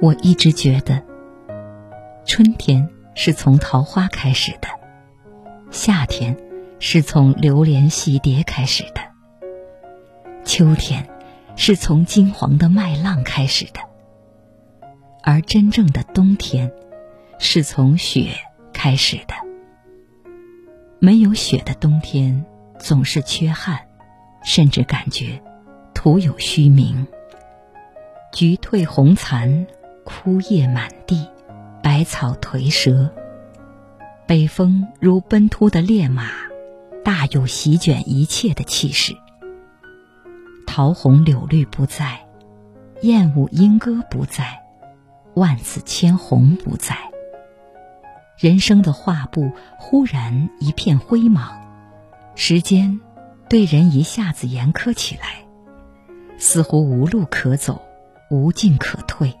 我一直觉得，春天是从桃花开始的，夏天是从流连戏蝶开始的，秋天是从金黄的麦浪开始的，而真正的冬天是从雪开始的。没有雪的冬天总是缺旱，甚至感觉徒有虚名。菊褪红残，枯叶满地，百草颓折。北风如奔突的烈马，大有席卷一切的气势。桃红柳绿不在，燕舞莺歌不在，万紫千红不在。人生的画布忽然一片灰茫，时间对人一下子严苛起来，似乎无路可走，无进可退。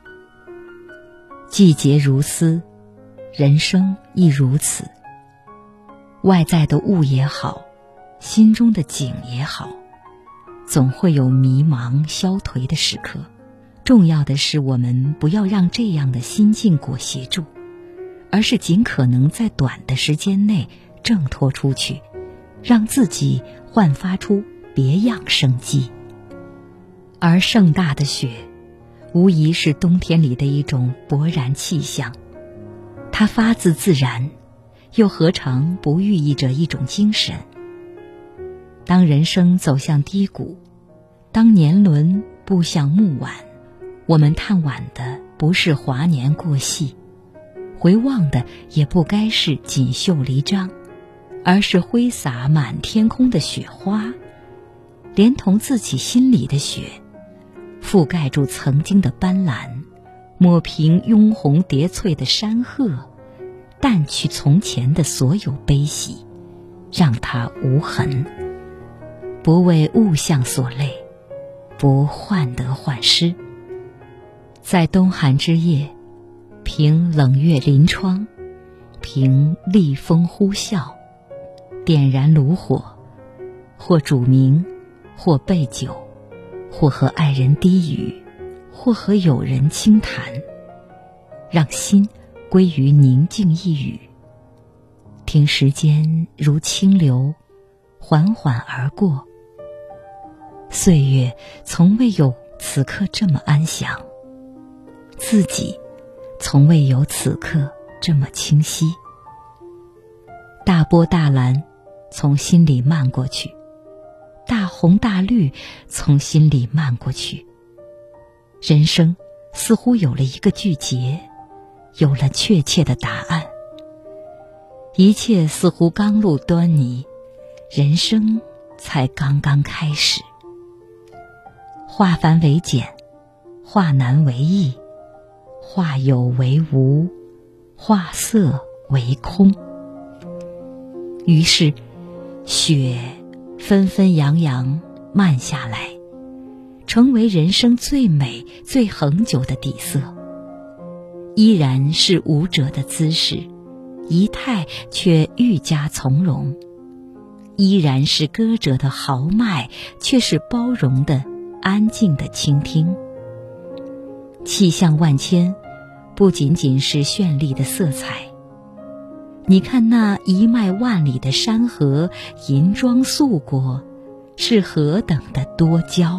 季节如斯，人生亦如此。外在的物也好，心中的景也好，总会有迷茫消颓的时刻。重要的是我们不要让这样的心境裹挟住，而是尽可能在短的时间内挣脱出去，让自己焕发出别样生机。而盛大的雪无疑是冬天里的一种勃然气象，它发自自然，又何尝不寓意着一种精神。当人生走向低谷，当年轮步向暮晚，我们叹惋的不是华年过隙，回望的也不该是锦绣离章，而是挥洒满天空的雪花，连同自己心里的雪，覆盖住曾经的斑斓，抹平拥红叠翠的山壑，淡去从前的所有悲喜，让它无痕。不为物象所累，不患得患失。在冬寒之夜，凭冷月临窗，凭厉风呼啸，点燃炉火，或煮茗，或备酒，或和爱人低语，或和友人轻谈，让心归于宁静一隅，听时间如清流缓缓而过。岁月从未有此刻这么安详，自己从未有此刻这么清晰。大波大澜从心里漫过去，大红大绿从心里漫过去。人生似乎有了一个句节，有了确切的答案。一切似乎刚露端倪，人生才刚刚开始。化繁为简，化难为易，化有为无，化色为空。于是雪纷纷扬扬慢下来，成为人生最美最恒久的底色。依然是舞者的姿势，仪态却愈加从容；依然是歌者的豪迈，却是包容的安静的倾听。气象万千，不仅仅是绚丽的色彩。你看那一脉万里的山河，银装素裹，是何等的多娇。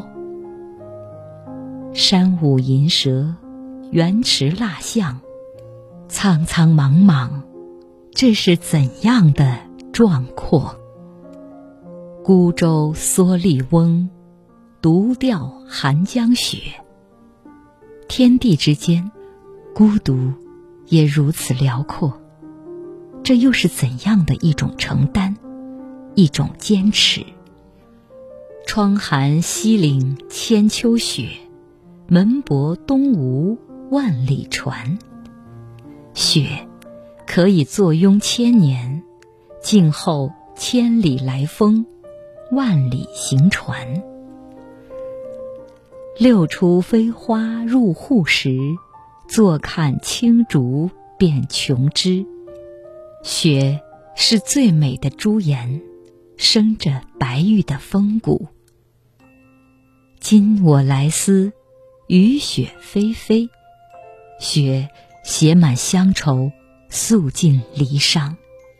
山舞银蛇，原驰蜡象，苍苍茫茫，这是怎样的壮阔。孤舟蓑笠翁，独钓寒江雪。天地之间，孤独也如此辽阔。这又是怎样的一种承担，一种坚持。窗含西岭千秋雪，门泊东吴万里船。雪可以坐拥千年，静候千里来风，万里行船。六出飞花入户时，坐看青竹变琼枝。雪是最美的朱颜，生着白玉的风骨。今我来思，雨雪霏霏， 雪写满乡愁，诉尽离伤。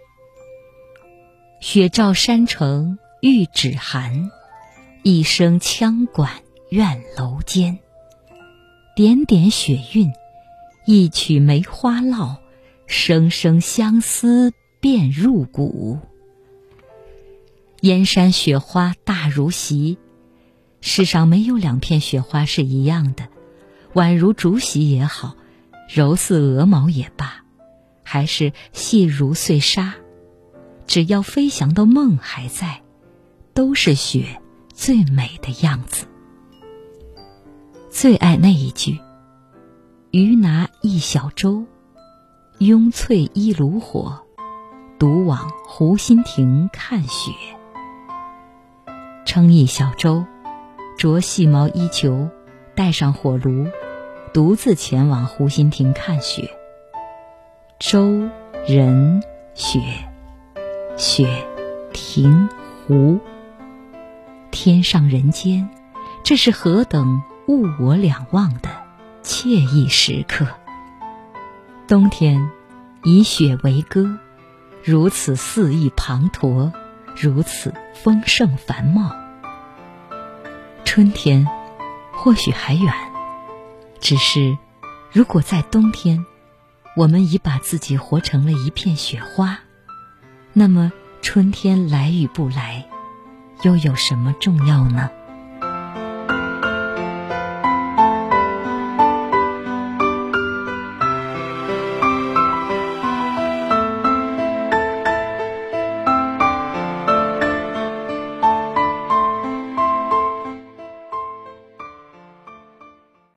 雪照山城欲止寒，一声羌管怨楼间。点点雪韵，一曲梅花烙，声声相思遍入骨。燕山雪花大如席，世上没有两片雪花是一样的，宛如竹席也好，柔似鹅毛也罢，还是细如碎沙，只要飞翔的梦还在，都是雪最美的样子。最爱那一句：余拿一小舟，拥翠衣炉火，独往湖心亭看雪。撑一小舟，着细毛衣裘，带上火炉，独自前往湖心亭看雪。舟、人、雪，雪、亭、湖，天上人间，这是何等物我两忘的惬意时刻。冬天以雪为歌，如此肆意滂沱，如此丰盛繁茂。春天或许还远，只是如果在冬天我们已把自己活成了一片雪花，那么春天来与不来又有什么重要呢？